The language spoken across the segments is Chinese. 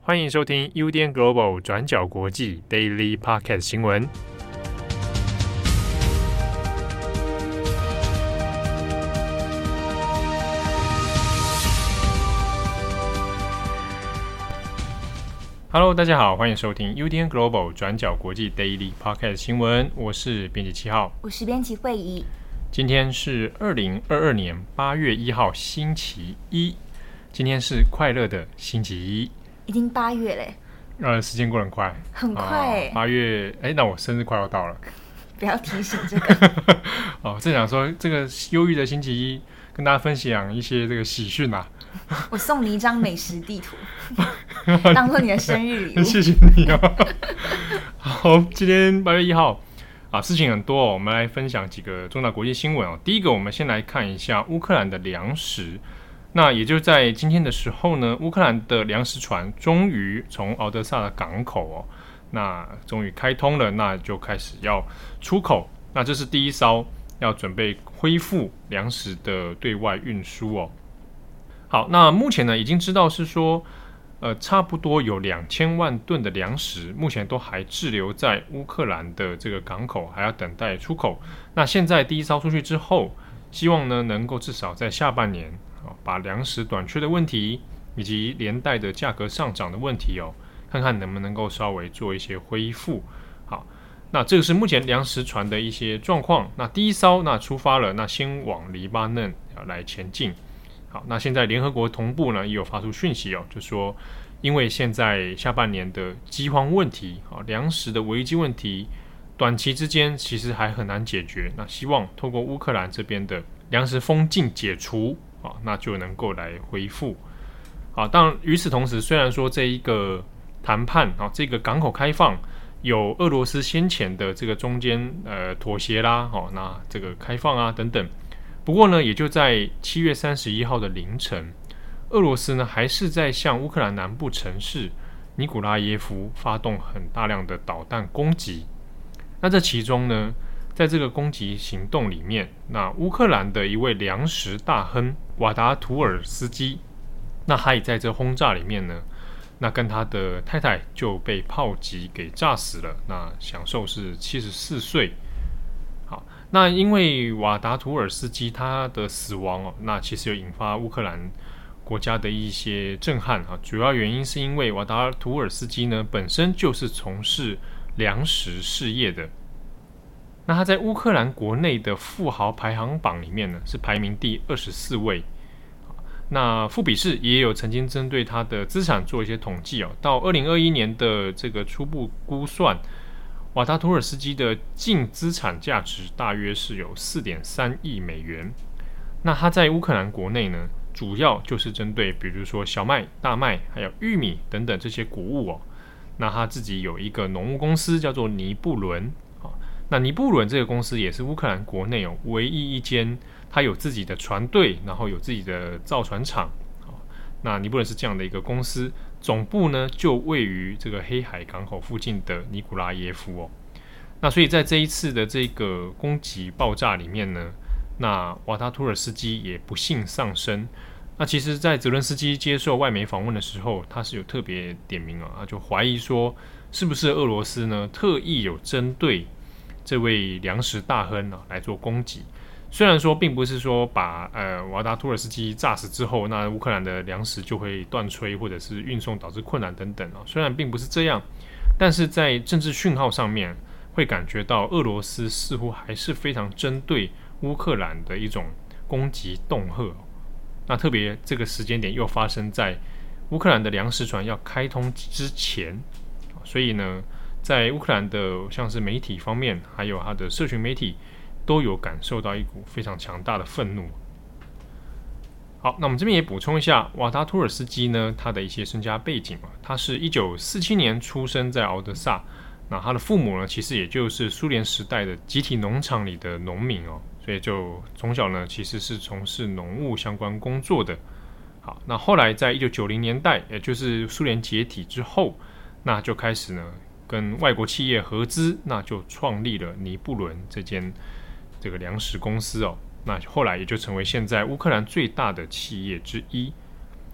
欢迎收听 UDN Global 转角国际 Daily Podcast 新闻。Hello， 大家好，欢迎收听 UDN Global 转角国际 Daily Podcast 新闻。我是编辑7号， 我是编辑慧仪。 今天是2022年8月1号，星期一。今天是快乐的星期一。 已经8月嘞， 时间过得很快， 很快 8月，那我生日快要到了， 不要提醒这个。 正想说这个忧郁的星期一，跟大家分享一些这个喜讯啊。 我送你一张美食地图，当做你的生日礼物。 谢谢你哦。好，今天8月1号事情很多哦，我们来分享几个重大国际新闻哦。第一个，我们先来看一下乌克兰的粮食。那也就在今天的时候呢，乌克兰的粮食船终于从敖德萨的港口那终于开通了，那就开始要出口。那这是第一艘要准备恢复粮食的对外运输哦。好，那目前呢已经知道是说，差不多有2000万吨的粮食，目前都还滞留在乌克兰的这个港口，还要等待出口。那现在第一艘出去之后，希望呢能够至少在下半年把粮食短缺的问题以及连带的价格上涨的问题看看能不能够稍微做一些恢复。好，那这个是目前粮食船的一些状况。那第一艘那出发了，那先往黎巴嫩来前进。好，那现在联合国同步呢也有发出讯息就说因为现在下半年的饥荒问题粮食的危机问题短期之间其实还很难解决，那希望透过乌克兰这边的粮食封禁解除那就能够来恢复。当然与此同时，虽然说这一个谈判这个港口开放有俄罗斯先前的这个中间妥协啦那这个开放等等，不过呢也就在7月31号的凌晨，俄罗斯呢还是在向乌克兰南部城市尼古拉耶夫发动很大量的导弹攻击。那这其中呢，在这个攻击行动里面，那乌克兰的一位粮食大亨瓦达图尔斯基，那他也在这轰炸里面呢，那跟他的太太就被炮击给炸死了，那享受是74岁。好，那因为瓦达图尔斯基他的死亡那其实有引发乌克兰国家的一些震撼主要原因是因为瓦达图尔斯基呢本身就是从事粮食事业的。那他在乌克兰国内的富豪排行榜里面呢是排名第24位。那富比士也有曾经针对他的资产做一些统计到2021年的这个初步估算，瓦达图尔斯基的净资产价值大约是有 4.3 亿美元。那他在乌克兰国内呢主要就是针对比如说小麦、大麦还有玉米等等这些谷物那他自己有一个农务公司叫做尼布伦那尼布伦这个公司也是乌克兰国内唯一一间它有自己的船队，然后有自己的造船厂那尼布伦是这样的一个公司，总部呢就位于这个黑海港口附近的尼古拉耶夫那所以在这一次的这个攻击爆炸里面呢，那瓦达图尔斯基也不幸丧生。那其实在泽伦斯基接受外媒访问的时候，他是有特别点名就怀疑说是不是俄罗斯呢特意有针对这位粮食大亨来做攻击。虽然说并不是说把瓦达图尔斯基炸死之后，那乌克兰的粮食就会断炊或者是运送导致困难等等虽然并不是这样，但是在政治讯号上面会感觉到俄罗斯似乎还是非常针对乌克兰的一种攻击恫吓那特别这个时间点又发生在乌克兰的粮食船要开通之前，所以呢在乌克兰的像是媒体方面还有他的社群媒体都有感受到一股非常强大的愤怒。好，那我们这边也补充一下瓦达图尔斯基呢他的一些身家背景他是1947年出生在敖德萨，那他的父母呢其实也就是苏联时代的集体农场里的农民所以就从小呢其实是从事农务相关工作的。好，那后来在1990年代，也就是苏联解体之后，那就开始呢跟外国企业合资，那就创立了尼布伦这个粮食公司那后来也就成为现在乌克兰最大的企业之一。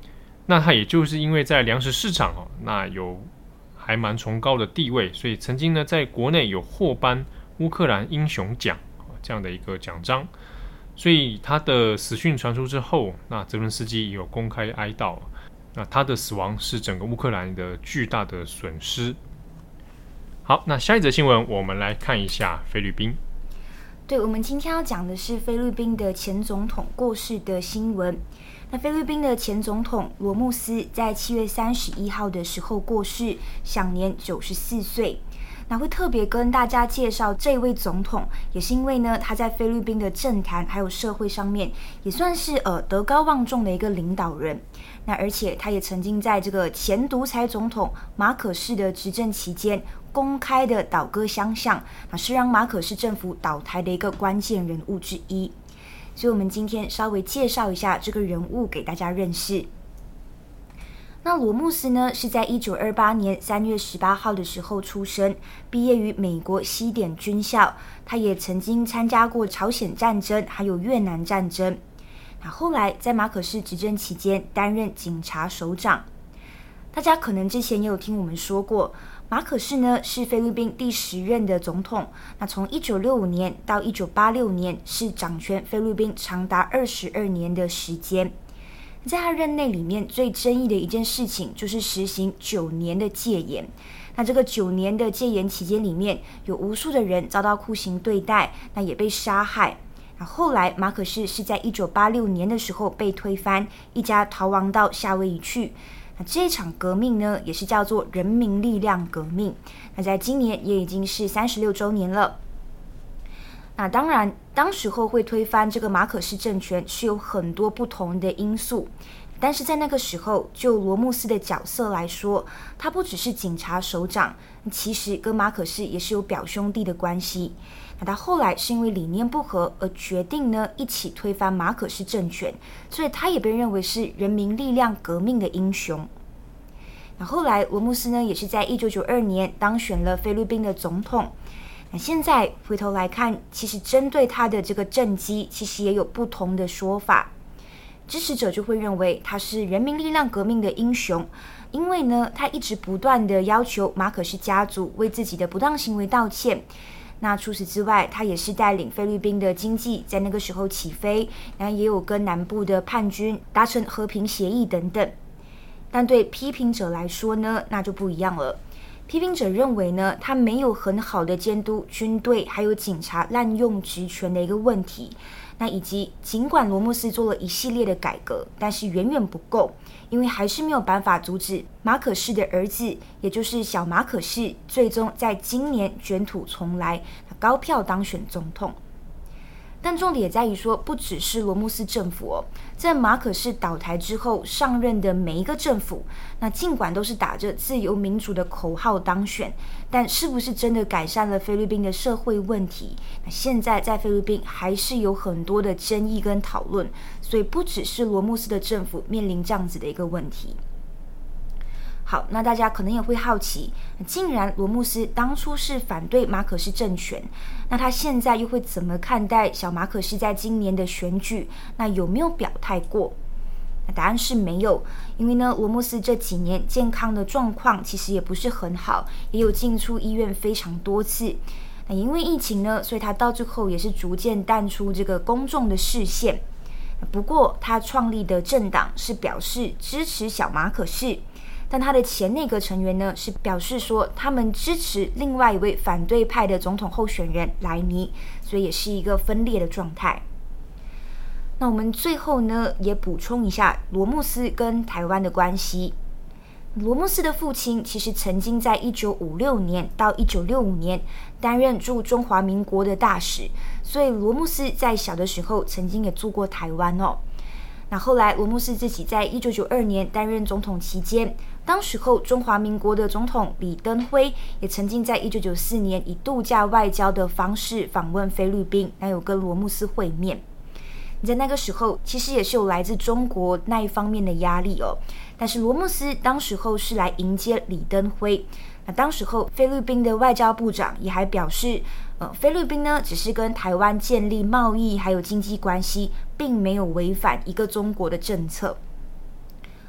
那他也就是因为在粮食市场那有还蛮崇高的地位，所以曾经呢在国内有获颁乌克兰英雄奖这样的一个奖章。所以他的死讯传出之后，那泽伦斯基也有公开哀悼，那他的死亡是整个乌克兰的巨大的损失。好，那下一则新闻我们来看一下菲律宾。 对，我们今天要讲的是菲律宾的前总统过世的新闻。那菲律宾的前总统罗穆斯在7月31号的时候过世，享年94岁。那会特别跟大家介绍这位总统，也是因为呢，他在菲律宾的政坛还有社会上面，也算是德高望重的一个领导人。那而且他也曾经在这个前独裁总统马可仕的执政期间，公开的倒戈相向，那是让马可仕政府倒台的一个关键人物之一。所以我们今天稍微介绍一下这个人物给大家认识。那罗穆斯呢，是在1928年3月18号的时候出生，毕业于美国西点军校。他也曾经参加过朝鲜战争，还有越南战争。那后来在马可仕执政期间担任警察首长。大家可能之前也有听我们说过，马可仕呢是菲律宾第10任的总统。那从1965年到1986年是掌权菲律宾长达22年的时间。在他任内里面最争议的一件事情就是实行9年的戒严。那这个9年的戒严期间里面，有无数的人遭到酷刑对待，那也被杀害。那后来马可仕是在1986年的时候被推翻，一家逃亡到夏威夷去。那这一场革命呢，也是叫做人民力量革命。那在今年也已经是36周年了。那当然，当时候会推翻这个马可仕政权是有很多不同的因素，但是在那个时候，就罗穆斯的角色来说，他不只是警察首长，其实跟马可仕也是有表兄弟的关系。那他后来是因为理念不合而决定呢一起推翻马可仕政权，所以他也被认为是人民力量革命的英雄。那后来罗穆斯呢也是在1992年当选了菲律宾的总统。那现在回头来看，其实针对他的这个政绩，其实也有不同的说法。支持者就会认为他是人民力量革命的英雄，因为呢，他一直不断的要求马可仕家族为自己的不当行为道歉。那除此之外，他也是带领菲律宾的经济在那个时候起飞，然后也有跟南部的叛军达成和平协议等等。但对批评者来说呢，那就不一样了。批评者认为呢，他没有很好的监督军队还有警察滥用职权的一个问题。那以及尽管罗穆斯做了一系列的改革，但是远远不够，因为还是没有办法阻止马可仕的儿子，也就是小马可仕，最终在今年卷土重来，高票当选总统。但重点也在于说，不只是罗穆斯政府在马可仕倒台之后上任的每一个政府，那尽管都是打着自由民主的口号当选，但是不是真的改善了菲律宾的社会问题？那现在在菲律宾还是有很多的争议跟讨论，所以不只是罗穆斯的政府面临这样子的一个问题。好，那大家可能也会好奇，既然罗穆斯当初是反对马可仕政权，那他现在又会怎么看待小马可仕在今年的选举？那有没有表态过？那答案是没有，因为呢，罗穆斯这几年健康的状况其实也不是很好，也有进出医院非常多次。那因为疫情呢，所以他到最后也是逐渐淡出这个公众的视线。不过，他创立的政党是表示支持小马可仕。但他的前内阁成员呢，是表示说他们支持另外一位反对派的总统候选人莱尼，所以也是一个分裂的状态。那我们最后呢，也补充一下罗穆斯跟台湾的关系。罗穆斯的父亲其实曾经在1956年到1965年担任驻中华民国的大使，所以罗穆斯在小的时候曾经也住过台湾那后来罗穆斯自己在1992年担任总统期间，当时候中华民国的总统李登辉也曾经在1994年以度假外交的方式访问菲律宾，还有跟罗穆斯会面。在那个时候其实也是有来自中国那一方面的压力但是罗穆斯当时候是来迎接李登辉。那当时候菲律宾的外交部长也还表示菲律宾呢只是跟台湾建立贸易还有经济关系，并没有违反一个中国的政策。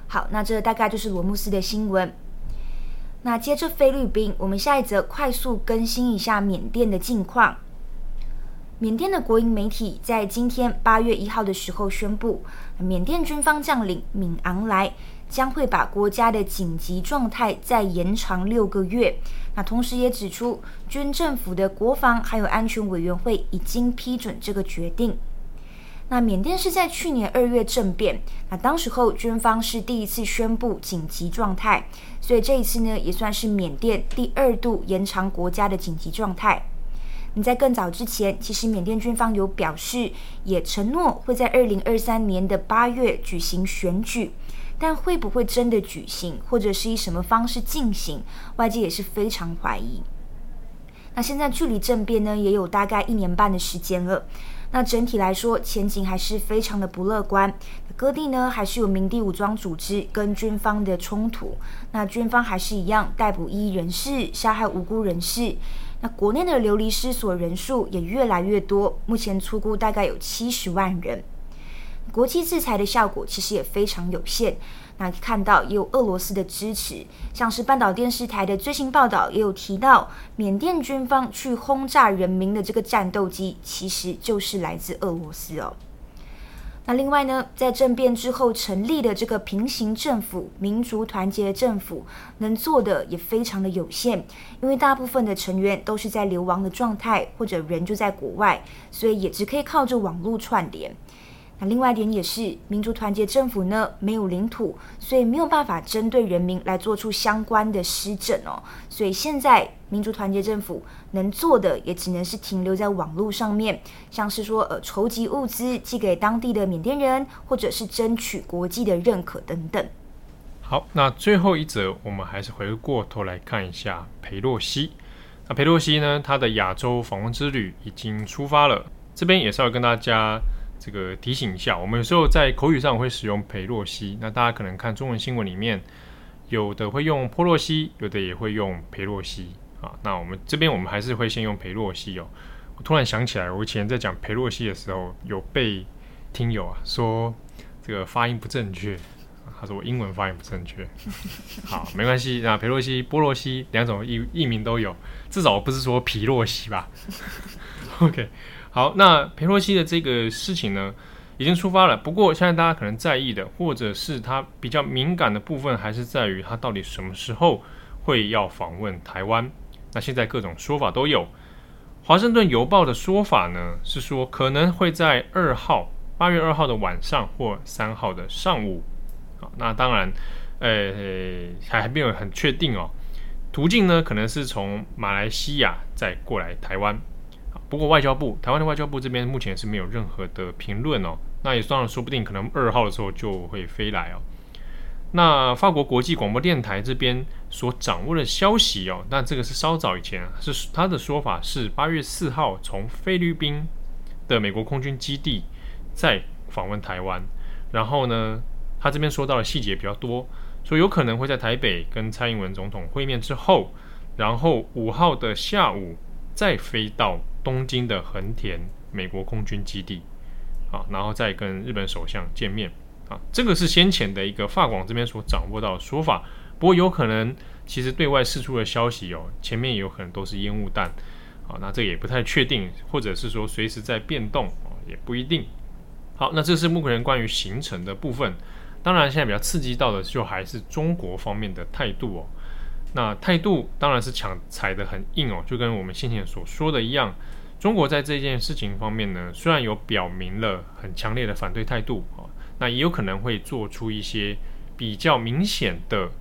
好，那这大概就是罗慕斯的新闻。那接着菲律宾，我们下一则快速更新一下缅甸的近况。缅甸的国营媒体在今天8月1号的时候宣布，缅甸军方将领敏昂莱将会把国家的紧急状态再延长6个月。那同时也指出，军政府的国防还有安全委员会已经批准这个决定。那缅甸是在去年2月政变，那当时候军方是第一次宣布紧急状态，所以这一次呢也算是缅甸第2度延长国家的紧急状态。在更早之前，其实缅甸军方有表示，也承诺会在2023年的8月举行选举，但会不会真的举行，或者是以什么方式进行，外界也是非常怀疑。那现在距离政变呢，也有大概1年半的时间了。那整体来说，前景还是非常的不乐观。各地呢还是有民地武装组织跟军方的冲突。那军方还是一样逮捕异议人士，杀害无辜人士。那国内的流离失所人数也越来越多，目前粗估大概有70万人。国际制裁的效果其实也非常有限。那看到也有俄罗斯的支持，像是半岛电视台的最新报道也有提到，缅甸军方去轰炸人民的这个战斗机，其实就是来自俄罗斯哦。那另外呢，在政变之后成立的这个平行政府民族团结政府，能做的也非常的有限，因为大部分的成员都是在流亡的状态，或者人就在国外，所以也只可以靠着网络串联。那另外一点也是，民族团结政府呢没有领土，所以没有办法针对人民来做出相关的施政哦。所以现在民族团结政府能做的也只能是停留在网络上面，像是说筹集物资寄给当地的缅甸人，或者是争取国际的认可等等。 好，那最后一则我们还是回过头来看一下裴洛西。那裴洛西呢，他的亚洲访问之旅已经出发了，这边也稍微跟大家这个提醒一下，我们有时候在口语上会使用裴洛西，那大家可能看中文新闻里面有的会用波洛西，有的也会用裴洛西啊。那我们这边我们还是会先用裴洛西哦。我突然想起来，我以前在讲裴洛西的时候，有被听友说这个发音不正确，他说我英文发音不正确。好，没关系，那裴洛西、波洛西两种译名都有，至少我不是说皮洛西吧。OK。好，那裴洛西的这个事情呢，已经出发了。不过现在大家可能在意的，或者是他比较敏感的部分，还是在于他到底什么时候会要访问台湾。那现在各种说法都有。华盛顿邮报的说法呢，是说可能会在8月2号的晚上或3号的上午。好，那当然，还没有很确定哦。途径呢，可能是从马来西亚再过来台湾。不过台湾的外交部这边目前是没有任何的评论哦。那也当然说不定可能2号的时候就会飞来哦。那法国国际广播电台这边所掌握的消息哦，那这个是稍早以前是他的说法是8月4号从菲律宾的美国空军基地再访问台湾，然后呢，他这边说到的细节比较多，所以有可能会在台北跟蔡英文总统会面之后，然后5号的下午再飞到东京的横田美国空军基地，然后再跟日本首相见面。这个是先前的一个法广这边所掌握到的说法，不过有可能其实对外释出的消息前面也有可能都是烟雾弹，那这个也不太确定，或者是说随时在变动，也不一定。好，那这是目前关于行程的部分。当然现在比较刺激到的就还是中国方面的态度那态度当然是踩得很硬就跟我们先前所说的一样，中国在这件事情方面呢，虽然有表明了很强烈的反对态度那也有可能会做出一些比较明显的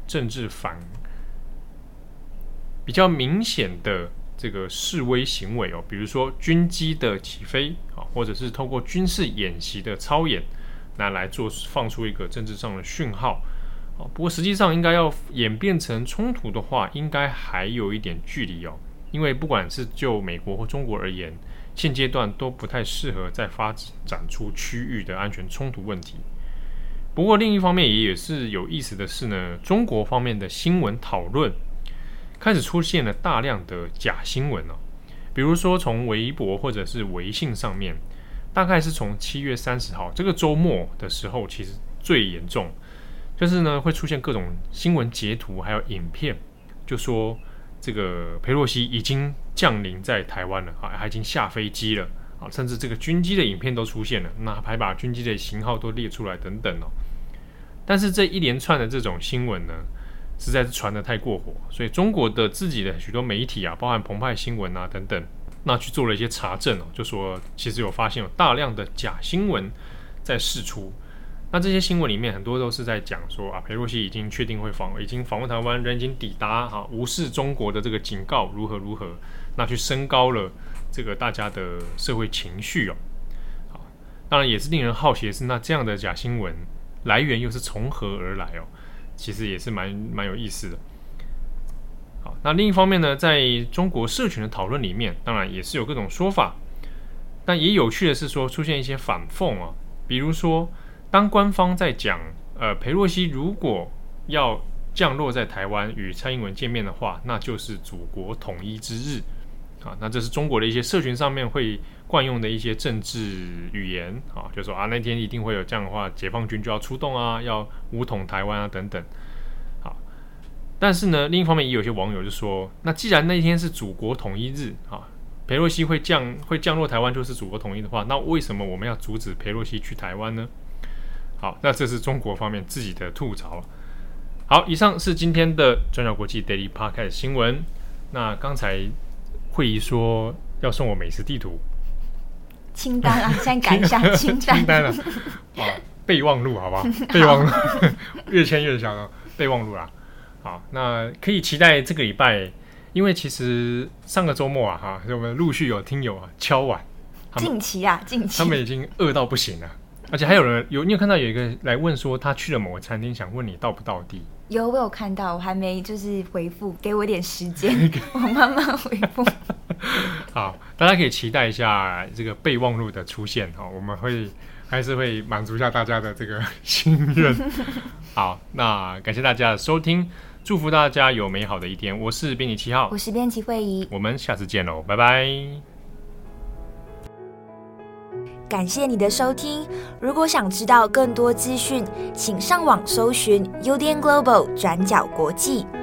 比较明显的这个示威行为比如说军机的起飞或者是透过军事演习的操演，那来放出一个政治上的讯号。不过实际上应该要演变成冲突的话，应该还有一点距离因为不管是就美国或中国而言，现阶段都不太适合再发展出区域的安全冲突问题。不过另一方面也是有意思的是呢，中国方面的新闻讨论开始出现了大量的假新闻比如说从微博或者是微信上面，大概是从7月30号这个周末的时候其实最严重， 就是呢会出现各种新闻截图还有影片，就说这个裴洛西已经降临在台湾了啊，还已经下飞机了啊，甚至这个军机的影片都出现了，那还把军机的型号都列出来等等哦。但是这一连串的这种新闻呢，实在是传得太过火，所以中国的自己的许多媒体啊，包含澎湃新闻啊等等，那去做了一些查证哦，就说其实有发现有大量的假新闻在释出。那这些新闻里面很多都是在讲说啊，裴洛西已经确定会已经访问台湾，人已经抵达啊，无视中国的这个警告，如何如何，那去升高了这个大家的社会情绪哦。好，当然也是令人好奇的是，那这样的假新闻来源又是从何而来哦？其实也是蛮有意思的。好，那另一方面呢，在中国社群的讨论里面，当然也是有各种说法，但也有趣的是说，出现一些反讽哦，比如说。当官方在讲，裴洛西如果要降落在台湾与蔡英文见面的话，那就是祖国统一之日啊。那这是中国的一些社群上面会惯用的一些政治语言啊，就说啊那天一定会有这样的话，解放军就要出动啊，要武统台湾啊等等。好，但是呢，另一方面也有些网友就说，那既然那天是祖国统一日啊，裴洛西会降落台湾就是祖国统一的话，那为什么我们要阻止裴洛西去台湾呢？好，那这是中国方面自己的吐槽。好，以上是今天的转角国际 Daily Podcast 新闻。那刚才慧仪说要送我美食地图清单啊，现在改一下清单了啊，备忘录好不好？备忘录越签越小的备忘录啦。好，那可以期待这个礼拜，因为其实上个周末啊，哈，我们陆续有听友啊敲碗， 近期他们已经饿到不行了。而且还有人你有看到有一个来问说他去了某个餐厅，想问你到不到地？ 有，我有看到，我还没就是回复，给我一点时间，我慢慢回复。 好，大家可以期待一下这个备忘录的出现哈，我们还是会满足一下大家的这个心愿。好，那感谢大家的收听，祝福大家有美好的一天。我是编辑7号， 我是编辑慧仪， 我们下次见喽，拜拜。 感谢你的收听。如果想知道更多资讯，请上网搜寻 UDN Global 转角国际。